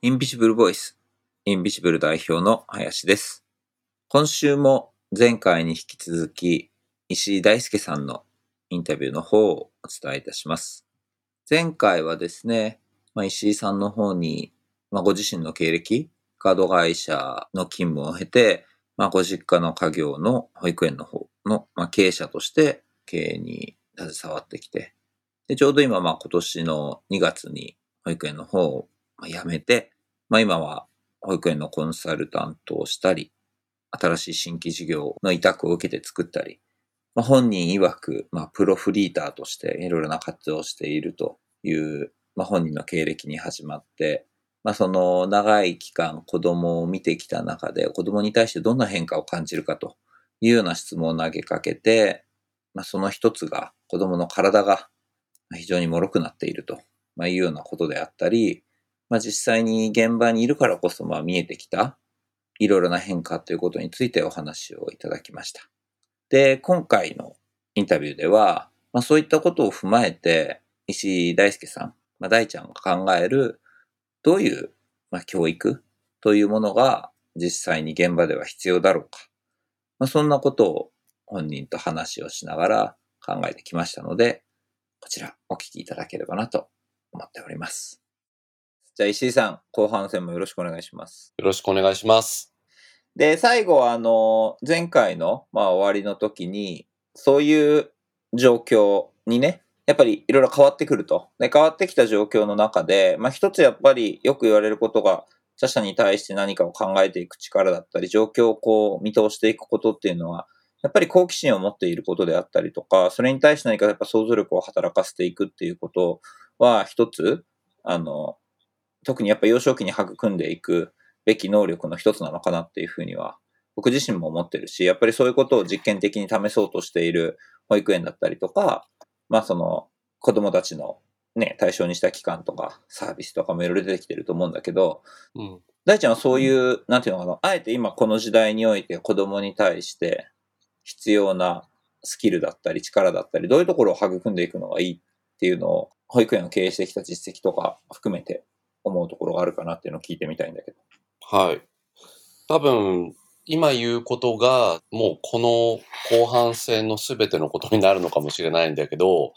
インビジブルボイス、インビジブル代表の林です。今週も前回に引き続き、石井大輔さんのインタビューの方をお伝えいたします。前回はですね、石井さんの方に、ご自身の経歴、カード会社の勤務を経て、ご実家の家業の保育園の方の、経営者として経営に携わってきて、でちょうど今、今年の2月に保育園の方を辞めて、今は保育園のコンサルタントをしたり、新しい新規事業の委託を受けて作ったり、本人曰く、プロフリーターとしていろいろな活動をしているという、本人の経歴に始まって、その長い期間子供を見てきた中で、子供に対してどんな変化を感じるかというような質問を投げかけて、その一つが子供の体が非常に脆くなっているというようなことであったり、実際に現場にいるからこそ見えてきたいろいろな変化ということについてお話をいただきました。で、今回のインタビューでは、そういったことを踏まえて、石井大輔さん、大ちゃんが考える、どういう、教育というものが実際に現場では必要だろうか。そんなことを本人と話をしながら考えてきましたので、こちらお聞きいただければなと思っております。じゃあ石井さん、後半戦もよろしくお願いします。 よろしくお願いします。 で、最後は前回の、終わりの時に、そういう状況にね、やっぱりいろいろ変わってくると。で、変わってきた状況の中で、一つやっぱりよく言われることが、他者に対して何かを考えていく力だったり、状況を見通していくことっていうのは、やっぱり好奇心を持っていることであったりとか、それに対して何かやっぱ想像力を働かせていくっていうことは一つ、特にやっぱ幼少期に育んでいくべき能力の一つなのかなっていうふうには、僕自身も思ってるし、やっぱりそういうことを実験的に試そうとしている保育園だったりとか、その子供たちのね、対象にした期間とかサービスとかもいろいろ出てきてると思うんだけど、大ちゃんはそういう、なんていうのかな、あえて今この時代において子供に対して必要なスキルだったり力だったり、どういうところを育んでいくのがいいっていうのを、保育園を経営してきた実績とか含めて思うところがあるかなっていうのを聞いてみたいんだけど。 はい。多分、今言うことが、もうこの後半戦の全てのことになるのかもしれないんだけど、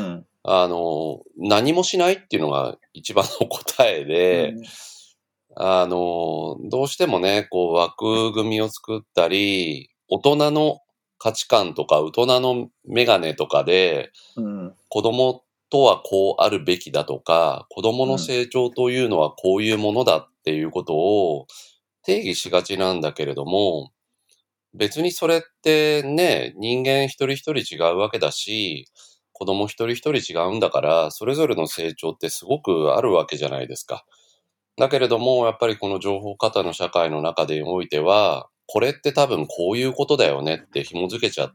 何もしないっていうのが一番の答えで、どうしてもね、枠組みを作ったり、大人の価値観とか、大人のメガネとかで、子供とはこうあるべきだとか、子供の成長というのはこういうものだっていうことを定義しがちなんだけれども、別にそれってね、人間一人一人違うわけだし、子供一人一人違うんだから、それぞれの成長ってすごくあるわけじゃないですか。だけれども、やっぱりこの情報過多の社会の中でおいては、これって多分こういうことだよねって紐づけちゃって、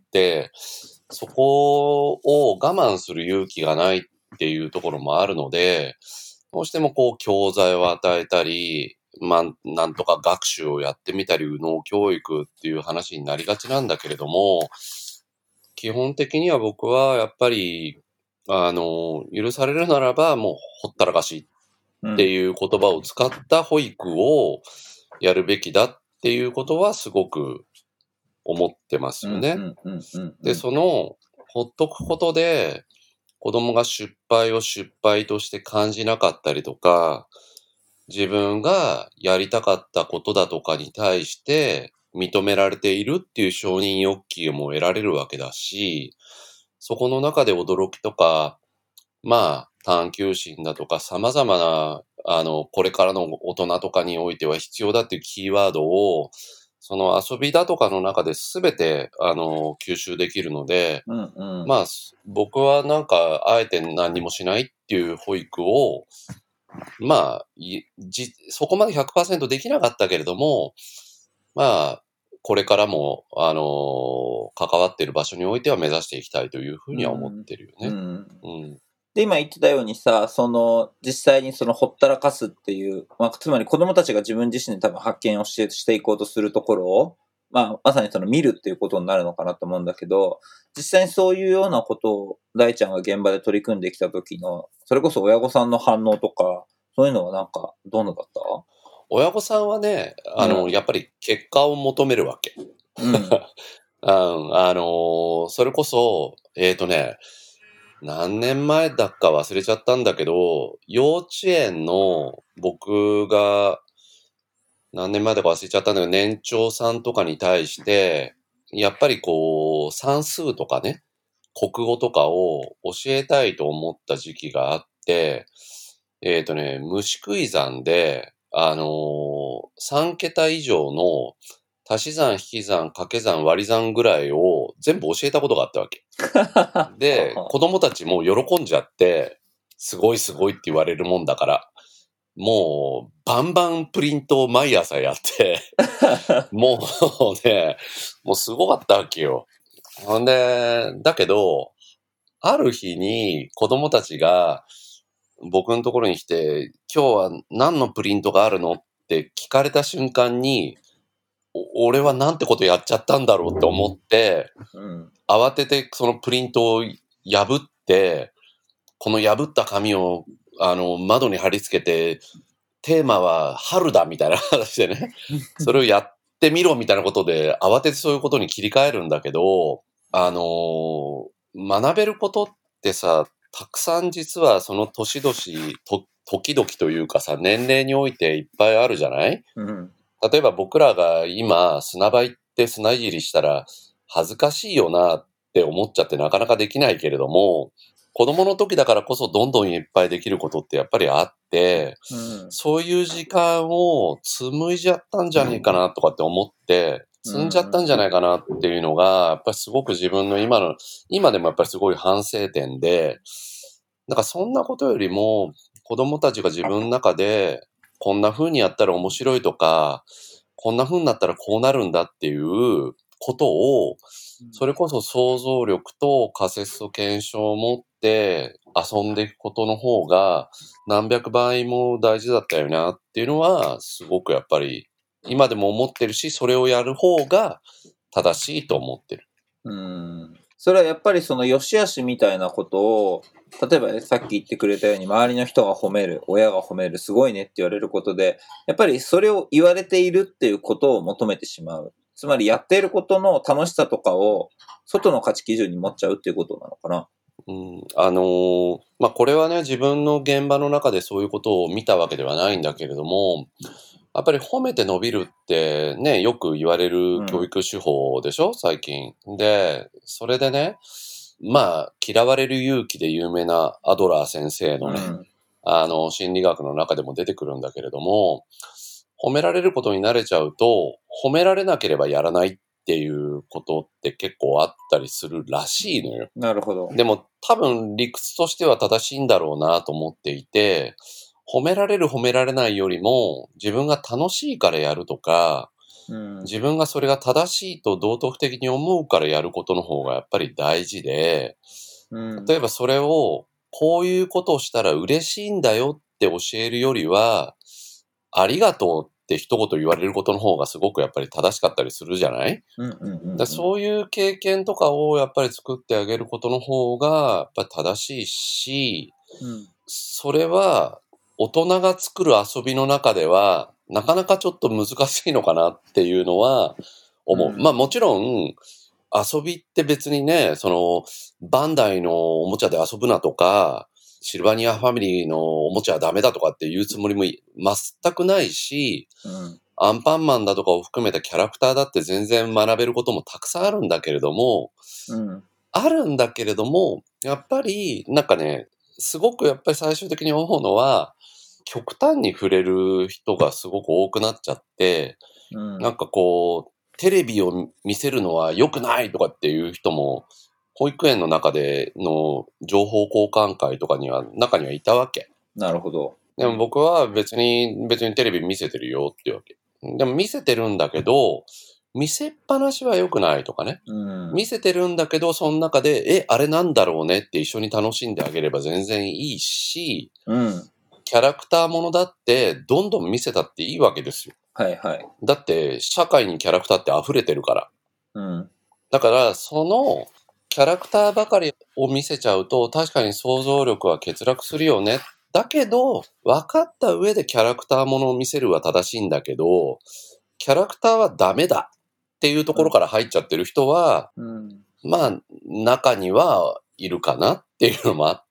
そこを我慢する勇気がないっていうところもあるので、どうしても教材を与えたり、なんとか学習をやってみたり、右脳教育っていう話になりがちなんだけれども、基本的には僕はやっぱり、許されるならばもうほったらかしっていう言葉を使った保育をやるべきだっていうことはすごく思ってますよね。で、その、ほっとくことで、子供が失敗を失敗として感じなかったりとか、自分がやりたかったことだとかに対して認められているっていう承認欲求も得られるわけだし、そこの中で驚きとか、探求心だとか様々な、これからの大人とかにおいては必要だっていうキーワードを、その遊びだとかの中で全て、吸収できるので、僕はあえて何もしないっていう保育を、そこまで 100% できなかったけれども、これからも、関わっている場所においては目指していきたいというふうには思ってるよね。 で、今言ってたようにさ、実際にほったらかすっていう、つまり子供たちが自分自身で多分発見をしていこうとするところを、まさに見るっていうことになるのかなと思うんだけど、実際にそういうようなことを大ちゃんが現場で取り組んできた時の、それこそ親御さんの反応とか、 そういうのはなんか、どんなだった？ 親御さんはね、やっぱり結果を求めるわけ。それこそ、何年前だか忘れちゃったんだけど、幼稚園の僕が何年前だか忘れちゃったんだけど、年長さんとかに対して、やっぱりこう、算数とかね、国語とかを教えたいと思った時期があって、虫食い算で、3桁以上の足し算、引き算、掛け算、割り算ぐらいを全部教えたことがあったわけ。で、子供たちも喜んじゃって、すごいすごいって言われるもんだから、もう、バンバンプリントを毎朝やってもうね、もうすごかったわけよ。ほんで、だけど、ある日に子供たちが僕のところに来て、今日は何のプリントがあるのって聞かれた瞬間に、俺はなんてことやっちゃったんだろうって思って、慌ててそのプリントを破って、この破った紙を窓に貼り付けて、テーマは春だみたいな話でね、それをやってみろみたいなことで慌ててそういうことに切り替えるんだけど、学べることってさ、たくさん実はその年々、時々というかさ、年齢においていっぱいあるじゃない？例えば僕らが今砂場行って砂いじりしたら恥ずかしいよなって思っちゃってなかなかできないけれども、子供の時だからこそどんどんいっぱいできることってやっぱりあって、そういう時間を紡いじゃったんじゃねえかなとかって思って、積んじゃったんじゃないかなっていうのが、やっぱりすごく自分の今でもやっぱりすごい反省点で、だからそんなことよりも子供たちが自分の中でこんな風にやったら面白いとか、こんな風になったらこうなるんだっていうことを、それこそ想像力と仮説と検証を持って遊んでいくことの方が何百倍も大事だったよなっていうのはすごくやっぱり今でも思ってるし、それをやる方が正しいと思ってる。 それはやっぱりその良し悪しみたいなことを、例えば、さっき言ってくれたように周りの人が褒める、親が褒める、すごいねって言われることで、やっぱりそれを言われているっていうことを求めてしまう。つまりやっていることの楽しさとかを外の価値基準に持っちゃうっていうことなのかな。 これはね、自分の現場の中でそういうことを見たわけではないんだけれども、やっぱり褒めて伸びるってね、よく言われる教育手法でしょ、最近。で、それでね、嫌われる勇気で有名なアドラー先生のね、心理学の中でも出てくるんだけれども、褒められることに慣れちゃうと、褒められなければやらないっていうことって結構あったりするらしいのよ。 なるほど。 でも多分理屈としては正しいんだろうなと思っていて、褒められる褒められないよりも自分が楽しいからやるとか、自分がそれが正しいと道徳的に思うからやることの方がやっぱり大事で、例えばそれをこういうことをしたら嬉しいんだよって教えるよりは、ありがとうって一言言われることの方がすごくやっぱり正しかったりするじゃない？そういう経験とかをやっぱり作ってあげることの方がやっぱり正しいし、それは大人が作る遊びの中ではなかなかちょっと難しいのかなっていうのは思う。もちろん遊びって別にね、バンダイのおもちゃで遊ぶなとか、シルバニアファミリーのおもちゃはダメだとかっていうつもりも全くないし、アンパンマンだとかを含めたキャラクターだって全然学べることもたくさんあるんだけれども、やっぱりなんかね、すごくやっぱり最終的に思うのは、極端に触れる人がすごく多くなっちゃって、なんかこう、テレビを見せるのは良くないとかっていう人も、保育園の中での情報交換会とか中にはいたわけ。 なるほど。 でも僕は別にテレビ見せてるよってわけ。でも見せてるんだけど、見せっぱなしは良くないとかね。見せてるんだけど、その中で、あれなんだろうねって一緒に楽しんであげれば全然いいし、キャラクターものだってどんどん見せたっていいわけですよ。だって社会にキャラクターって溢れてるから。だからそのキャラクターばかりを見せちゃうと確かに想像力は欠落するよねっだけど、分かった上でキャラクターものを見せるは正しいんだけど、キャラクターはダメだっていうところから入っちゃってる人は、まあ、中にはいるかなっていうのもあって、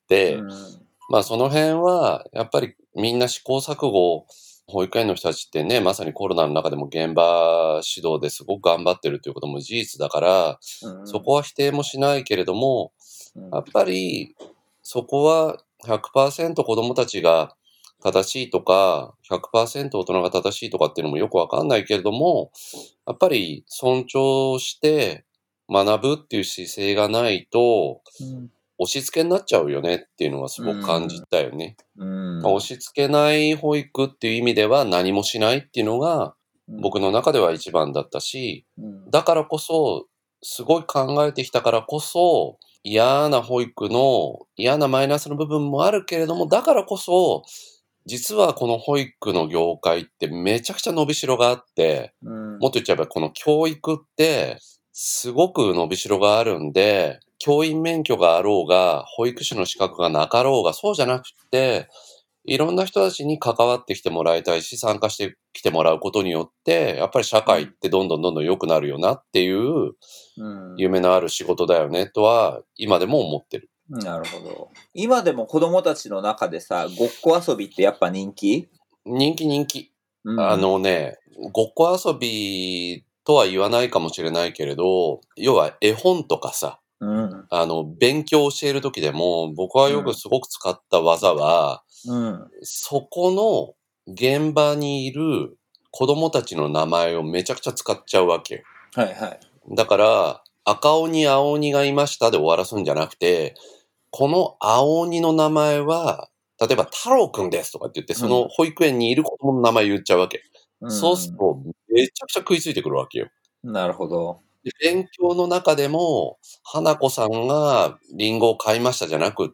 まあその辺は、やっぱりみんな試行錯誤、保育園の人たちってね、まさにコロナの中でも現場指導ですごく頑張ってるということも事実だから、そこは否定もしないけれども、やっぱりそこは100% 子供たちが正しいとか、100% 大人が正しいとかっていうのもよくわかんないけれども、やっぱり尊重して学ぶっていう姿勢がないと、押し付けになっちゃうよねっていうのはすごく感じたよね。押し付けない保育っていう意味では何もしないっていうのが僕の中では一番だったし、だからこそ、すごい考えてきたからこそ、嫌な保育の嫌なマイナスの部分もあるけれども、だからこそ、実はこの保育の業界ってめちゃくちゃ伸びしろがあって、もっと言っちゃえばこの教育ってすごく伸びしろがあるんで、教員免許があろうが、保育士の資格がなかろうが、そうじゃなくて、いろんな人たちに関わってきてもらいたいし、参加してきてもらうことによって、やっぱり社会ってどんどん良くなるよなっていう、夢のある仕事だよねとは、今でも思ってる。 なるほど。今でも子供たちの中でさ、ごっこ遊びってやっぱ人気？ 人気。ごっこ遊びとは言わないかもしれないけれど、要は絵本とかさ、勉強を教えるときでも、僕はよくすごく使った技は、そこの現場にいる子供たちの名前をめちゃくちゃ使っちゃうわけ。だから、赤鬼、青鬼がいましたで終わらすんじゃなくて、この青鬼の名前は、例えば太郎くんですとかって言って、その保育園にいる子供の名前言っちゃうわけ。そうすると、めちゃくちゃ食いついてくるわけよ。 なるほど。 で勉強の中でも、花子さんがリンゴを買いましたじゃなくって、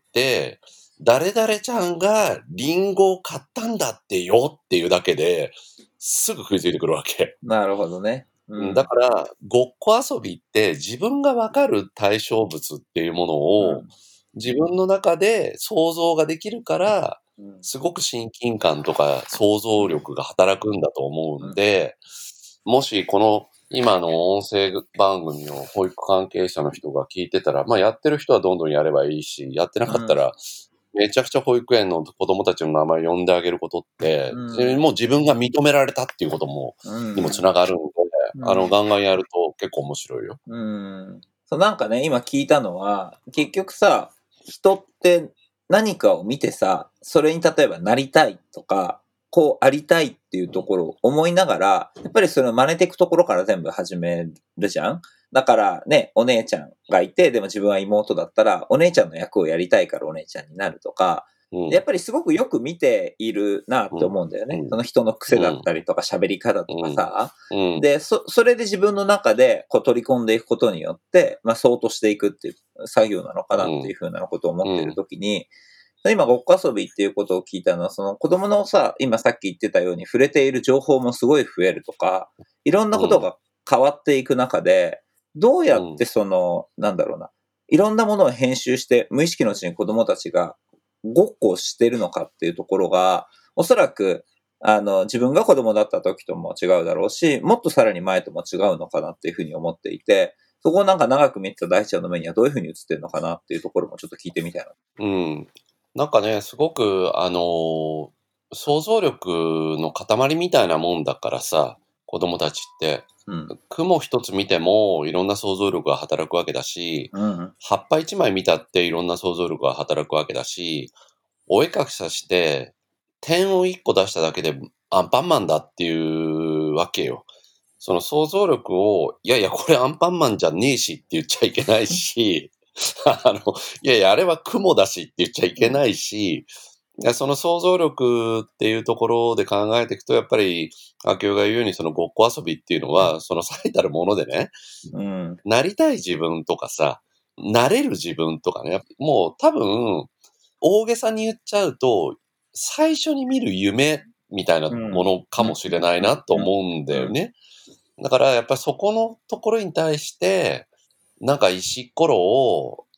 誰々ちゃんがリンゴを買ったんだってよっていうだけで、すぐ食いついてくるわけ。 なるほどね。 だから、ごっこ遊びって自分がわかる対象物っていうものを、自分の中で想像ができるから、すごく親近感とか想像力が働くんだと思うんで、もしこの今の音声番組を保育関係者の人が聞いてたら、まあやってる人はどんどんやればいいし、やってなかったら、めちゃくちゃ保育園の子供たちの名前呼んであげることって、もう自分が認められたっていうことも、にもつながるんで、ガンガンやると結構面白いよ。 そうなんかね、今聞いたのは、結局さ、人って何かを見てさ、それに例えばなりたいとか、こうありたいっていうところを思いながら、やっぱりそれを真似ていくところから全部始めるじゃん。だからね、お姉ちゃんがいて、でも自分は妹だったら、お姉ちゃんの役をやりたいからお姉ちゃんになるとか、やっぱりすごくよく見ているなって思うんだよね。その人の癖だったりとか喋り方とかさ。で、それで自分の中でこう取り込んでいくことによって、まあ、そうとしていくっていう作業なのかなっていうふうなことを思っているときに、今、ごっこ遊びっていうことを聞いたのは、その子供のさ、今さっき言ってたように触れている情報もすごい増えるとか、いろんなことが変わっていく中で、どうやってその、なんだろうな、いろんなものを編集して、無意識のうちに子供たちがごっこをしてるのかっていうところが、おそらく、自分が子供だった時とも違うだろうし、もっとさらに前とも違うのかなっていうふうに思っていて、そこをなんか長く見てた大ちゃんの目にはどういうふうに映ってるのかなっていうところもちょっと聞いてみたいな。 なんかね、すごく、想像力の塊みたいなもんだからさ、子供たちって。雲一つ見てもいろんな想像力が働くわけだし、葉っぱ一枚見たっていろんな想像力が働くわけだし、お絵かきさして、点を一個出しただけでアンパンマンだっていうわけよ。その想像力を、いやいや、これアンパンマンじゃねえしって言っちゃいけないし、いやいや、あれは雲だしって言っちゃいけないし、その想像力っていうところで考えていくと、やっぱり、秋代が言うようにそのごっこ遊びっていうのは、その最たるものでね、なりたい自分とかさ、なれる自分とかね、もう多分、大げさに言っちゃうと、最初に見る夢みたいなものかもしれないなと思うんだよね。だからやっぱりそこのところに対して、なんか石ころを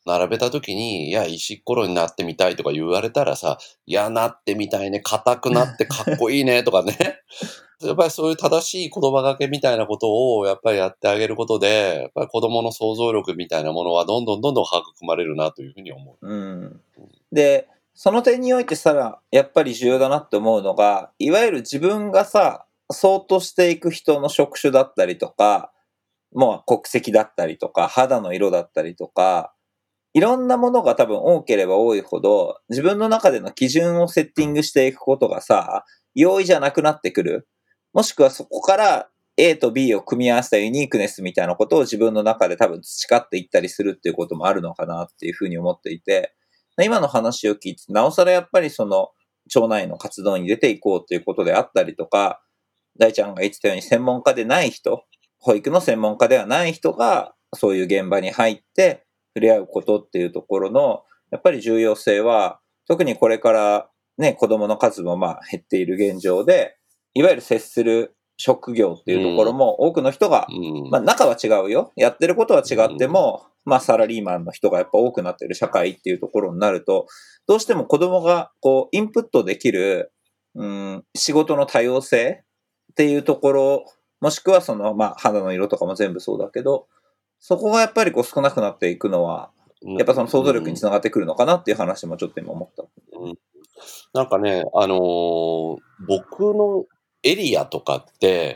並べた時に、いや、石っころになってみたいとか言われたらさ、いや、なってみたいね、硬くなってかっこいいねとかね。やっぱりそういう正しい言葉がけみたいなことをやっぱりやってあげることで、やっぱり子供の想像力みたいなものはどんどん育まれるなというふうに思う。 で、その点においてさ、やっぱり重要だなって思うのが、いわゆる自分がさ、相としていく人の職種だったりとか、もう国籍だったりとか、肌の色だったりとか、いろんなものが多分多ければ多いほど、自分の中での基準をセッティングしていくことがさ、容易じゃなくなってくる。もしくはそこから A と B を組み合わせたユニークネスみたいなことを自分の中で多分培っていったりするっていうこともあるのかなっていうふうに思っていて、今の話を聞いて、なおさらやっぱりその町内の活動に出ていこうということであったりとか、大ちゃんが言ってたように専門家でない人、保育の専門家ではない人がそういう現場に入って触れ合うことっていうところのやっぱり重要性は、特にこれからね、子供の数もまあ減っている現状で、いわゆる接する職業っていうところも多くの人が、まあ中は違うよ。やってることは違っても、まあサラリーマンの人がやっぱ多くなっている社会っていうところになると、どうしても子供がこうインプットできる、仕事の多様性っていうところ、もしくはその、まあ肌の色とかも全部そうだけど、そこがやっぱりこう少なくなっていくのは、やっぱその想像力につながってくるのかなっていう話もちょっと今思った。 なんかね、僕のエリアとかって、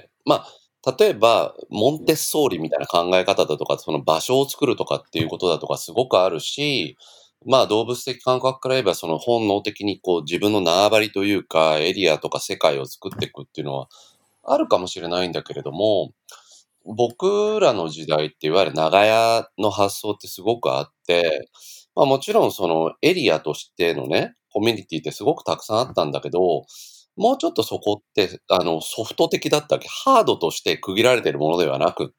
まあ、例えば、モンテッソーリみたいな考え方だとか、その場所を作るとかっていうことだとかすごくあるし、まあ動物的感覚から言えばその本能的にこう自分の縄張りというかエリアとか世界を作っていくっていうのはあるかもしれないんだけれども、僕らの時代っていわゆる長屋の発想ってすごくあって、まあもちろんそのエリアとしてのね、コミュニティってすごくたくさんあったんだけど、もうちょっとそこって、ソフト的だったっけ、ハードとして区切られてるものではなくって、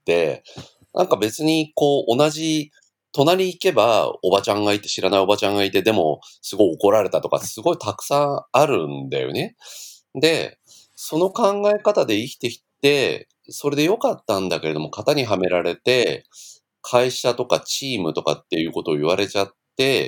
なんか別にこう同じ、隣行けばおばちゃんがいて、知らないおばちゃんがいて、でもすごい怒られたとか、すごいたくさんあるんだよね。で、その考え方で生きてきて、それで良かったんだけれども、型にはめられて、会社とかチームとかっていうことを言われちゃって、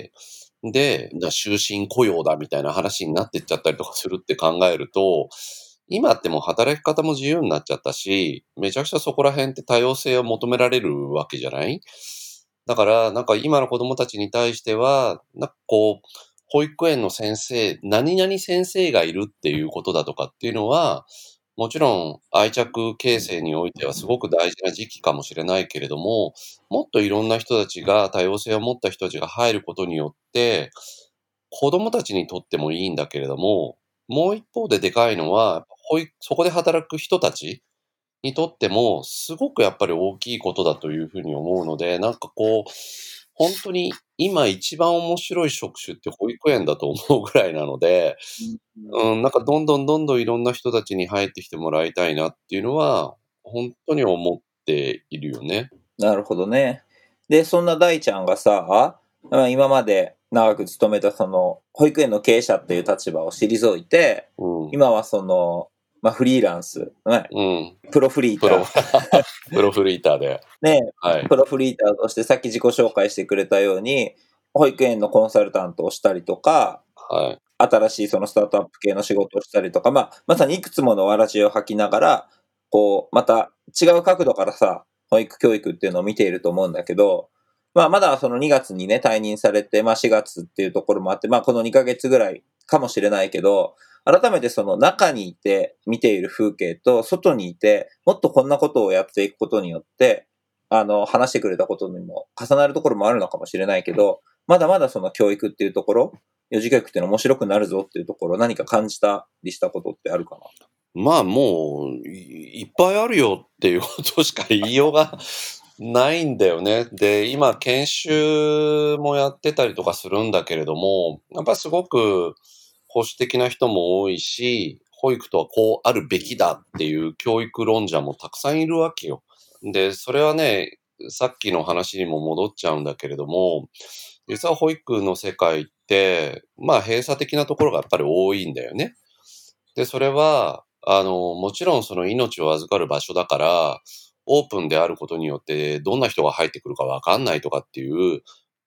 で、終身雇用だみたいな話になってっちゃったりとかするって考えると、今ってもう働き方も自由になっちゃったし、めちゃくちゃそこら辺って多様性を求められるわけじゃない？だから、なんか今の子供たちに対しては、なんかこう、保育園の先生、何々先生がいるっていうことだとかっていうのは、もちろん愛着形成においてはすごく大事な時期かもしれないけれども、もっといろんな人たちが、多様性を持った人たちが入ることによって、子供たちにとってもいいんだけれども、もう一方ででかいのは、そこで働く人たちにとっても、すごくやっぱり大きいことだというふうに思うので、なんかこう、本当に今一番面白い職種って保育園だと思うぐらいなので、なんかどんどんどんどんいろんな人たちに入ってきてもらいたいなっていうのは、本当に思っているよね。 なるほどね。で、そんな大ちゃんがさ、今まで長く勤めたその保育園の経営者っていう立場を退いて、今はその、まあ、フリーランス、プロフリーター。 プロフリーターで。 ね、プロフリーターとしてさっき自己紹介してくれたように、保育園のコンサルタントをしたりとか、新しいそのスタートアップ系の仕事をしたりとか、まあ、まさにいくつものわらじを履きながら、こう、また違う角度からさ、保育教育っていうのを見ていると思うんだけど、まあ、まだその2月にね、退任されて、まあ4月っていうところもあって、まあこの2ヶ月ぐらいかもしれないけど、改めてその中にいて見ている風景と外にいて、もっとこんなことをやっていくことによって、話してくれたことにも重なるところもあるのかもしれないけど、まだまだその教育っていうところ、幼児教育っていうのは面白くなるぞっていうところ、何か感じたりしたことってあるかな？ まあもう、いっぱいあるよっていうことしか言いようがないんだよね。で、今研修もやってたりとかするんだけれども、やっぱすごく保守的な人も多いし、保育とはこうあるべきだっていう教育論者もたくさんいるわけよ。で、それはね、さっきの話にも戻っちゃうんだけれども、実は保育の世界って、まあ閉鎖的なところがやっぱり多いんだよね。で、それは、もちろんその命を預かる場所だから、オープンであることによって、どんな人が入ってくるかわかんないとかっていう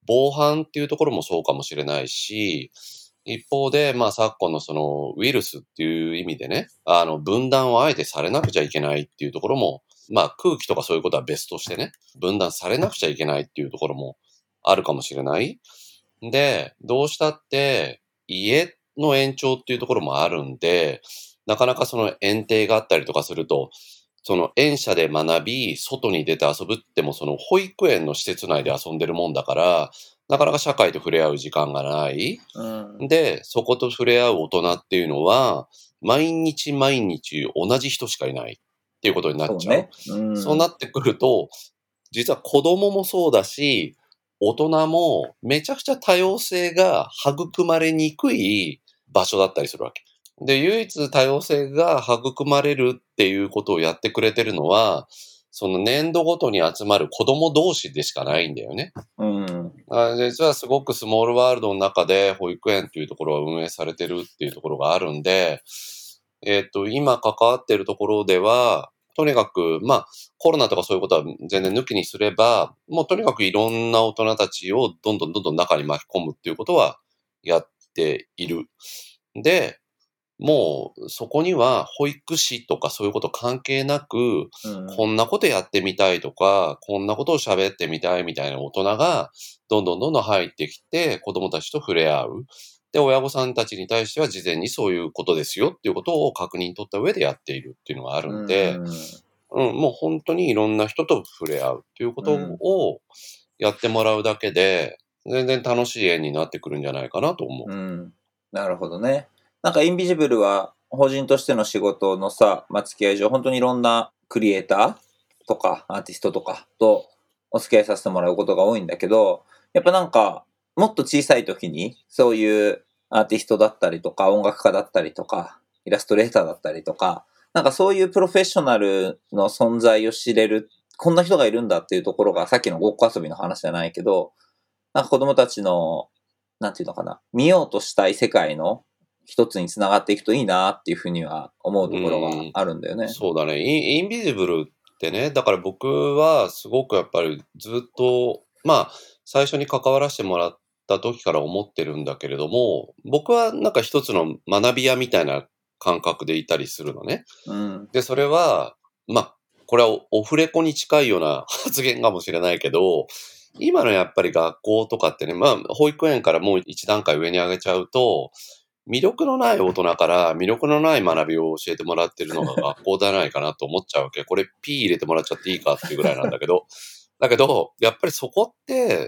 防犯っていうところもそうかもしれないし、一方で、昨今のそのウイルスっていう意味でね、分断をあえてされなくちゃいけないっていうところも、空気とかそういうことは別としてね、分断されなくちゃいけないっていうところもあるかもしれない。で、どうしたって家の延長っていうところもあるんで、なかなかその園庭があったりとかすると、その園舎で学び、外に出て遊ぶってもその保育園の施設内で遊んでるもんだから、なかなか社会と触れ合う時間がない。で、そこと触れ合う大人っていうのは、毎日毎日同じ人しかいないっていうことになっちゃう。そうなってくると、実は子供もそうだし、大人もめちゃくちゃ多様性が育まれにくい場所だったりするわけ。で、唯一多様性が育まれるっていうことをやってくれてるのは、その年度ごとに集まる子供同士でしかないんだよね。実はすごくスモールワールドの中で保育園っていうところが運営されてるっていうところがあるんで、今関わってるところでは、とにかく、コロナとかそういうことは全然抜きにすれば、もうとにかくいろんな大人たちをどんどん中に巻き込むっていうことはやっている。で、もうそこには保育士とかそういうこと関係なく、こんなことやってみたいとか、こんなことを喋ってみたいみたいな大人がどんどん入ってきて子供たちと触れ合う。で、親御さんたちに対しては事前にそういうことですよっていうことを確認取った上でやっているっていうのがあるんで、もう本当にいろんな人と触れ合うっていうことをやってもらうだけで、全然楽しい縁になってくるんじゃないかなと思う。 なるほどね。なんかインビジブルは法人としての仕事のさ、付き合い上、本当にいろんなクリエイターとかアーティストとかとお付き合いさせてもらうことが多いんだけど、やっぱなんかもっと小さい時にそういうアーティストだったりとか音楽家だったりとかイラストレーターだったりとか、なんかそういうプロフェッショナルの存在を知れる、こんな人がいるんだっていうところがさっきのごっこ遊びの話じゃないけど、なんか子供たちのなんていうのかな、見ようとしたい世界の一つにつながっていくといいなっていうふうには思うところがあるんだよね。 そうだね。インビジブルってね、だから僕はすごくやっぱりずっと、最初に関わらせてもらった時から思ってるんだけれども、僕はなんか一つの学び屋みたいな感覚でいたりするのね。で、それは、これはオフレコに近いような発言かもしれないけど、今のやっぱり学校とかってね、保育園からもう一段階上に上げちゃうと、魅力のない大人から魅力のない学びを教えてもらってるのが学校じゃないかなと思っちゃうわけ。これ P 入れてもらっちゃっていいかっていうぐらいなんだけど。だけど、やっぱりそこって、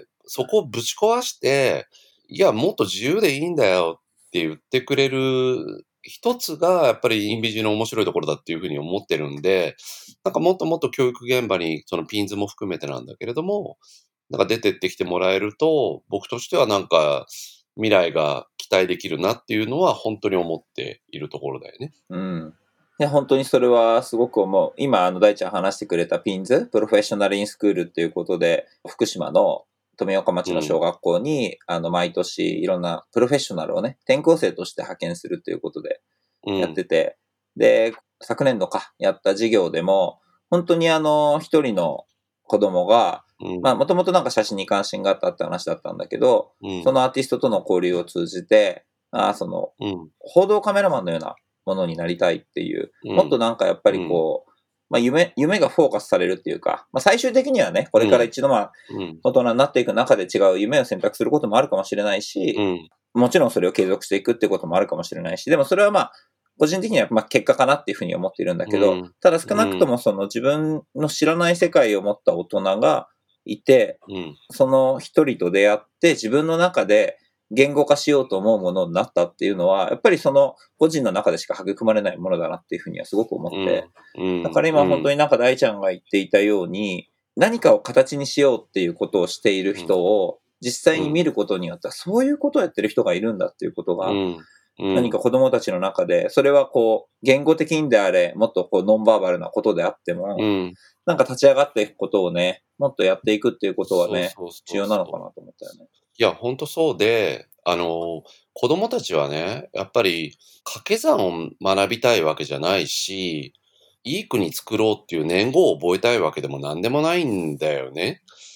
そこをぶち壊して、いや、もっと自由でいいんだよって言ってくれる一つが、やっぱりインビジの面白いところだっていうふうに思ってるんで、なんかもっともっと教育現場に、そのピンズも含めてなんだけれども、なんか出てってきてもらえると、僕としてはなんか未来が期待できるなっていうのは本当に思っているところだよね。 いや、本当にそれはすごく思う。今、大ちゃん話してくれたピンズ、プロフェッショナルインスクールっていうことで、福島の富岡町の小学校に、毎年いろんなプロフェッショナルをね、転校生として派遣するっていうことでやってて、で、昨年度やった授業でも、本当に一人の子供が、もともとなんか写真に関心があったって話だったんだけど、そのアーティストとの交流を通じて、報道カメラマンのようなものになりたいっていう、もっとなんかやっぱりこう、夢がフォーカスされるっていうか、最終的にはね、これから一度大人になっていく中で違う夢を選択することもあるかもしれないし、もちろんそれを継続していくってこともあるかもしれないし、でもそれは個人的には結果かなっていうふうに思っているんだけど、ただ少なくともその自分の知らない世界を持った大人がいて、その一人と出会って自分の中で言語化しようと思うものになったっていうのは、やっぱりその個人の中でしか育まれないものだなっていうふうにはすごく思って、だから今本当になんか大ちゃんが言っていたように、何かを形にしようっていうことをしている人を実際に見ることによっては、そういうことをやってる人がいるんだっていうことが、何か子供たちの中で、それはこう、言語的にであれ、もっとこう、ノンバーバルなことであっても、なんか立ち上がっていくことをね、もっとやっていくっていうことはね、重要なのかなと思ったよね。 いや、ほんとそうで、子供たちはね、やっぱり掛け算を学びたいわけじゃないし、いい国作ろうっていう年号を覚えたいわけでも何でもないんだよね。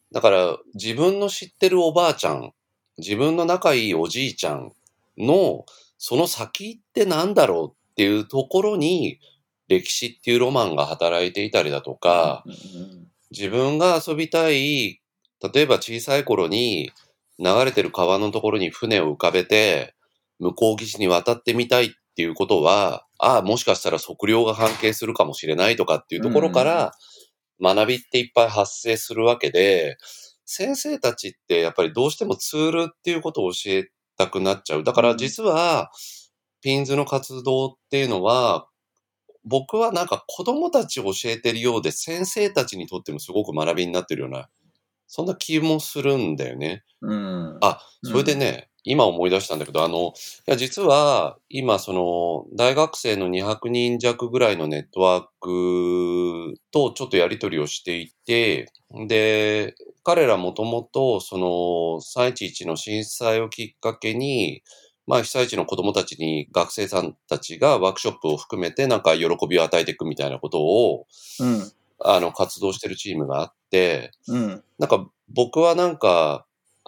だから自分の知ってるおばあちゃん、自分の仲いいおじいちゃんのその先ってなんだろうっていうところに歴史っていうロマンが働いていたりだとか、自分が遊びたい、例えば小さい頃に流れてる川のところに船を浮かべて向こう岸に渡ってみたいっていうことは、もしかしたら測量が関係するかもしれないとかっていうところから学びっていっぱい発生するわけで、先生たちってやっぱりどうしてもツールっていうことを教えたくなっちゃう。だから実は、ピンズの活動っていうのは、僕はなんか子供たちを教えてるようで先生たちにとってもすごく学びになってるような、そんな気もするんだよね。それでね、今思い出したんだけど、いや実は今大学生の200人弱ぐらいのネットワークとちょっとやり取りをしていて、で、彼らもともと311の震災をきっかけに、被災地の子供たちに学生さんたちがワークショップを含めてなんか喜びを与えていくみたいなことを、活動してるチームがあって、なんか僕はなんか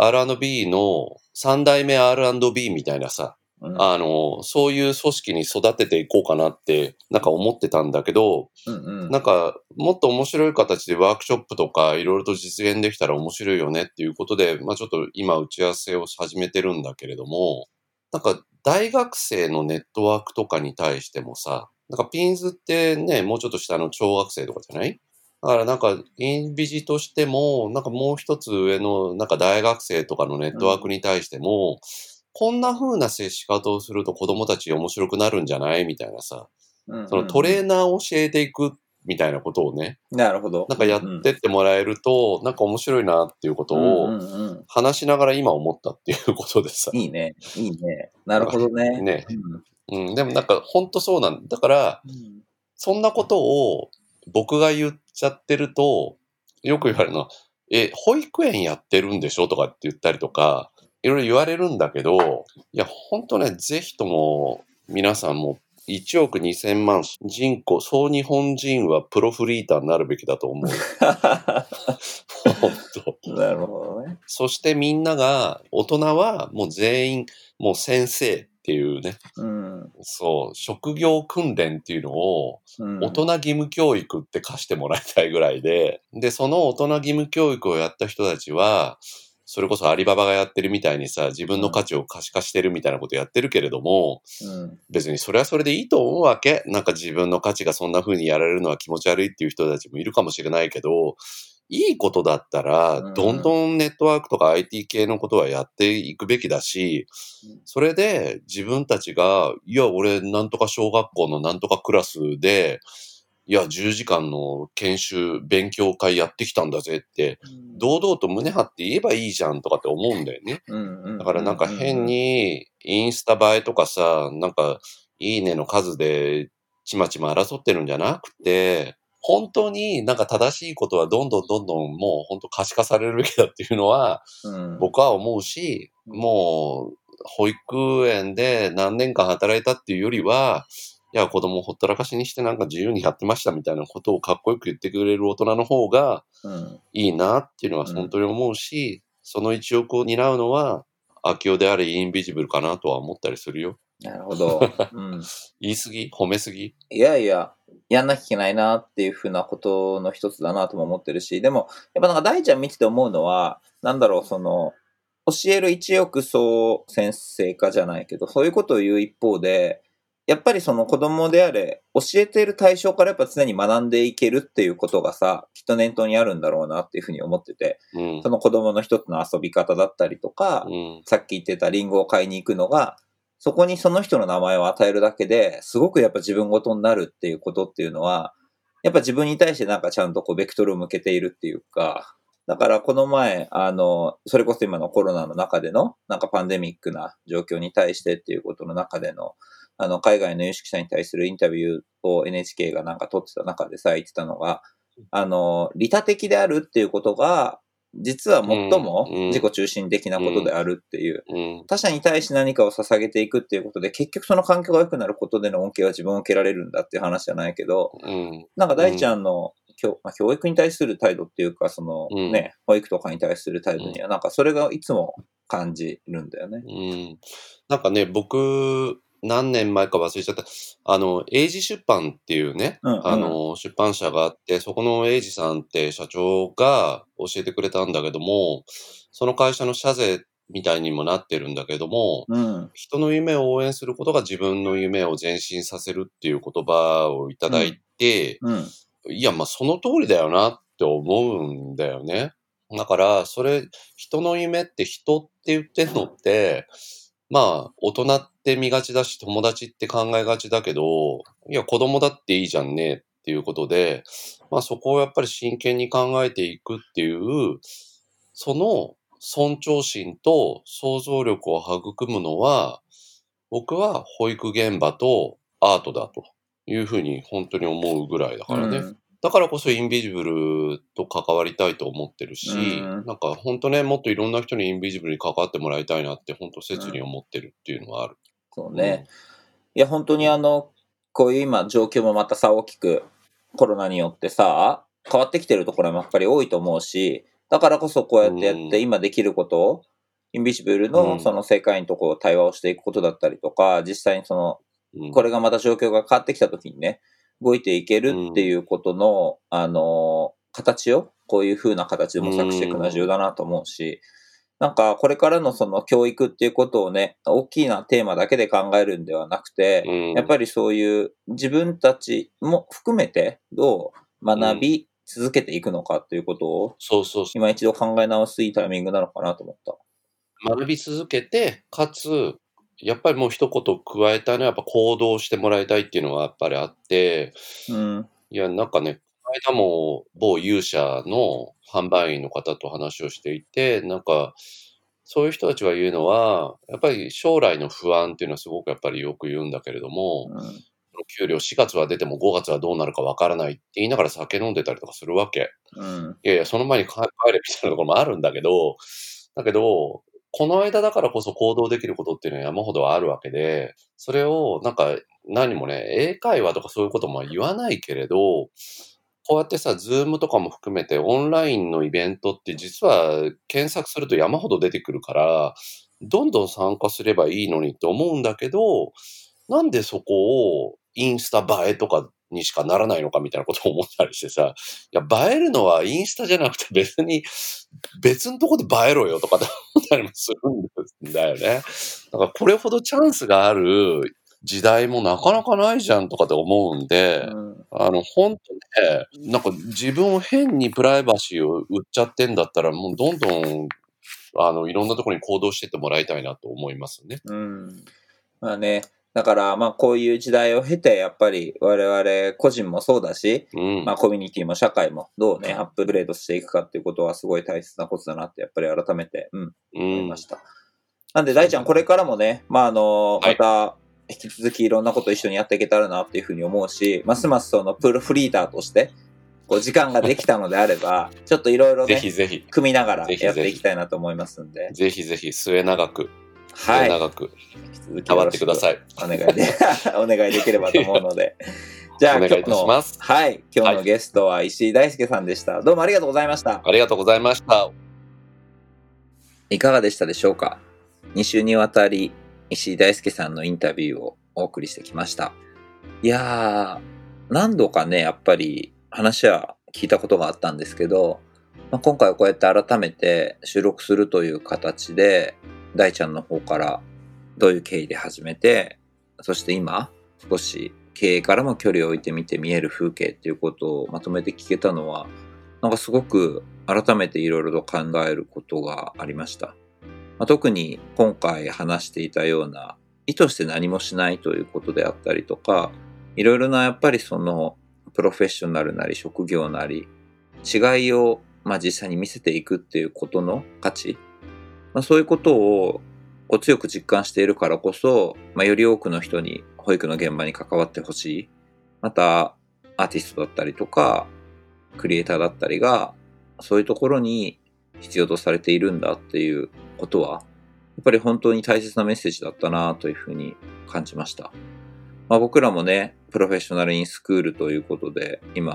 R&B の3代目 R&B みたいなさ、そういう組織に育てていこうかなってなんか思ってたんだけど、なんかもっと面白い形でワークショップとかいろいろと実現できたら面白いよねっていうことで、ちょっと今打ち合わせを始めてるんだけれども、なんか大学生のネットワークとかに対してもさ、なんかピンズってね、もうちょっと下の小学生とかじゃない？だからなんかインビジとしても、なんかもう一つ上のなんか大学生とかのネットワークに対しても、こんな風な接し方をすると子供たち面白くなるんじゃないみたいなさ、そのトレーナーを教えていくみたいなことをね、 なるほど。 なんかやってってもらえると、なんか面白いなっていうことを話しながら今思ったっていうことでさ。 いいね。いいね。なるほどね。 ね。でもなんか本当そうなんだから、そんなことを僕が言っちゃってると、よく言われるのは、保育園やってるんでしょとかって言ったりとか、いろいろ言われるんだけど、いや、本当ね、ぜひとも皆さんも1億2000万人口、総日本人はプロフリーターになるべきだと思う。本当。 なるほどね。 そしてみんなが、大人はもう全員、もう先生っていうね、そう、職業訓練っていうのを、大人義務教育って課してもらいたいぐらいで、その大人義務教育をやった人たちは、それこそアリババがやってるみたいにさ、自分の価値を可視化してるみたいなことやってるけれども、別にそれはそれでいいと思うわけ。なんか自分の価値がそんな風にやられるのは気持ち悪いっていう人たちもいるかもしれないけど、いいことだったら、どんどんネットワークとか IT 系のことはやっていくべきだし、それで自分たちが、いや、俺、なんとか小学校のなんとかクラスで、いや、10時間の研修、勉強会やってきたんだぜって、堂々と胸張って言えばいいじゃんとかって思うんだよね。だからなんか変にインスタ映えとかさ、なんかいいねの数でちまちま争ってるんじゃなくて、本当になんか正しいことはどんどんもう本当可視化されるべきだっていうのは僕は思うし、もう保育園で何年間働いたっていうよりは、いや、子供をほったらかしにしてなんか自由にやってましたみたいなことをかっこよく言ってくれる大人の方がいいなっていうのは本当に思うし、その一翼を担うのは、秋夫でありインビジブルかなとは思ったりするよ。 なるほど。 言い過ぎ？褒めすぎ？ いやいや、やんなきゃいけないなっていうふうなことの一つだなとも思ってるし、でも、やっぱなんか大ちゃん見てて思うのは、なんだろう、教える一億総先生かじゃないけど、そういうことを言う一方で、やっぱりその子供であれ、教えている対象からやっぱ常に学んでいけるっていうことがさ、きっと念頭にあるんだろうなっていうふうに思ってて、その子供の一つの遊び方だったりとか、さっき言ってたリンゴを買いに行くのが、そこにその人の名前を与えるだけで、すごくやっぱ自分ごとになるっていうことっていうのは、やっぱ自分に対してなんかちゃんとベクトルを向けているっていうか、だからこの前、それこそ今のコロナの中での、なんかパンデミックな状況に対してっていうことの中での、海外の有識者に対するインタビューを NHK がなんか取ってた中でさ、言ってたのが、利他的であるっていうことが、実は最も自己中心的なことであるっていう、他者に対して何かを捧げていくっていうことで、結局その環境が良くなることでの恩恵は自分を受けられるんだっていう話じゃないけど、なんか大ちゃんの教育に対する態度っていうか、そのね、保育とかに対する態度には、なんかそれがいつも感じるんだよね。 なんかね、僕、何年前か忘れちゃった。英字出版っていうね、出版社があって、そこの英字さんって社長が教えてくれたんだけども、その会社の社税みたいにもなってるんだけども、人の夢を応援することが自分の夢を前進させるっていう言葉をいただいて、いや、まあその通りだよなって思うんだよね。だから、人の夢って人って言ってんのって、まあ、大人って見がちだし、友達って考えがちだけど、いや、子供だっていいじゃんねっていうことで、まあそこをやっぱり真剣に考えていくっていう、その尊重心と想像力を育むのは、僕は保育現場とアートだというふうに本当に思うぐらいだからね。だからこそインビジブルと関わりたいと思ってるし、なんか本当ね、もっといろんな人にインビジブルに関わってもらいたいなって本当切に思ってるっていうのはある。 そうね。いや本当にこういう今状況もまたさ大きくコロナによってさ、変わってきてるところもやっぱり多いと思うし、だからこそこうやって今できることを、インビジブルのその世界のところ対話をしていくことだったりとか、実際にその、これがまた状況が変わってきた時にね、動いていけるっていうことの、形を、こういう風な形で模索していくのは重要だなと思うし、なんかこれからのその教育っていうことをね、大きなテーマだけで考えるんではなくて、やっぱりそういう自分たちも含めてどう学び続けていくのかっていうことを、今一度考え直すいいタイミングなのかなと思った。 学び続けて、かつ、やっぱりもう一言加えたいのはやっぱ行動してもらいたいっていうのがやっぱりあって、いや、なんかね、この間も某勇者の販売員の方と話をしていて、なんか、そういう人たちが言うのは、やっぱり将来の不安っていうのはすごくやっぱりよく言うんだけれども、給料4月は出ても5月はどうなるかわからないって言いながら酒飲んでたりとかするわけ。いやいや、その前に帰れみたいなところもあるんだけど、この間だからこそ行動できることっていうのは山ほどあるわけで、それをなんか何もね、英会話とかそういうことも言わないけれど、こうやってさ、ズームとかも含めてオンラインのイベントって実は検索すると山ほど出てくるから、どんどん参加すればいいのにって思うんだけど、なんでそこをインスタ映えとかにしかならないのかみたいなことを思ったりしてさ、いや、映えるのはインスタじゃなくて別のとこで映えろよとかって思ったりもするんだよね。だからこれほどチャンスがある時代もなかなかないじゃんとかって思うんで、本当ね、なんか自分を変にプライバシーを売っちゃってんだったら、もうどんどん、いろんなところに行動してってもらいたいなと思いますね。 まあね、だからまあこういう時代を経て、やっぱり我々個人もそうだし、まあコミュニティも社会もどうね、アップグレードしていくかっていうことはすごい大切なことだなってやっぱり改めて、思いました。なんで大ちゃんこれからもね、まあまた、引き続きいろんなこと一緒にやっていけたらなっていうふうに思うし、ますますそのプロフリーダーとして、こう時間ができたのであれば、ちょっといろいろね、組みながらやっていきたいなと思いますんで。 ぜひぜひ末永く、長く、変わってください。 お願いできればと思うので。じゃあ今日のゲストは石井大輔さんでした。どうもありがとうございました。 ありがとうございました。 いかがでしたでしょうか。2週にわたり石井大輔さんのインタビューをお送りしてきました。いやー、何度かね、やっぱり話は聞いたことがあったんですけど、今回はこうやって改めて収録するという形で、大ちゃんの方からどういう経緯で始めて、そして今少し経営からも距離を置いてみて見える風景っていうことをまとめて聞けたのは、なんかすごく改めていろいろと考えることがありました。特に今回話していたような意図して何もしないということであったりとか、いろいろなやっぱりそのプロフェッショナルなり職業なり違いを実際に見せていくっていうことの価値、そういうことを強く実感しているからこそ、より多くの人に保育の現場に関わってほしい。またアーティストだったりとかクリエイターだったりがそういうところに必要とされているんだっていうことはやっぱり本当に大切なメッセージだったなというふうに感じました。僕らもね、プロフェッショナルインスクールということで今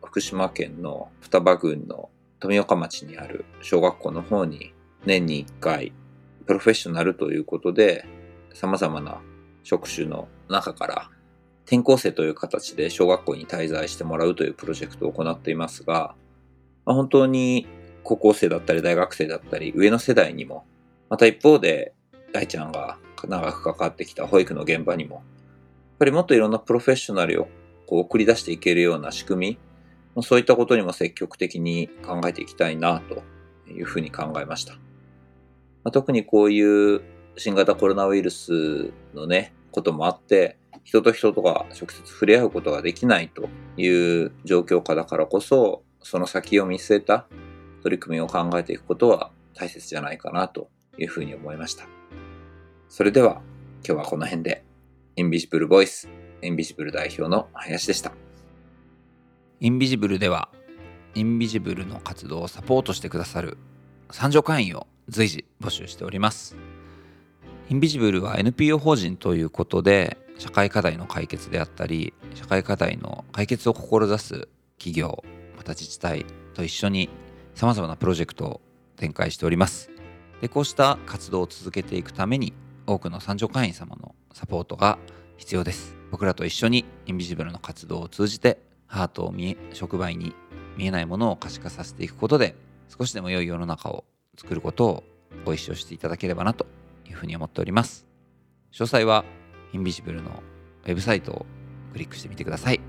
福島県の双葉郡の富岡町にある小学校の方に年に1回プロフェッショナルということで様々な職種の中から転校生という形で小学校に滞在してもらうというプロジェクトを行っていますが、本当に高校生だったり大学生だったり上の世代にも、また一方で大ちゃんが長く関わってきた保育の現場にも、やっぱりもっといろんなプロフェッショナルを送り出していけるような仕組み、そういったことにも積極的に考えていきたいなというふうに考えました。特にこういう新型コロナウイルスのね、こともあって、人と人とが直接触れ合うことができないという状況下だからこそ、その先を見据えた取り組みを考えていくことは大切じゃないかなというふうに思いました。それでは今日はこの辺で、インビジブルボイス、インビジブル代表の林でした。 インビジブルでは、インビジブルの活動をサポートしてくださる参助会員を随時募集しております。インビジブルは NPO 法人ということで、社会課題の解決であったり、社会課題の解決を志す企業、また自治体と一緒に様々なプロジェクトを展開しております。で、こうした活動を続けていくために、多くの参助会員様のサポートが必要です。僕らと一緒にインビジブルの活動を通じて、ハートを触媒に見えないものを可視化させていくことで、少しでも良い世の中を作ることをご一緒していただければなというふうに思っております。詳細はインビジブルのウェブサイトをクリックしてみてください。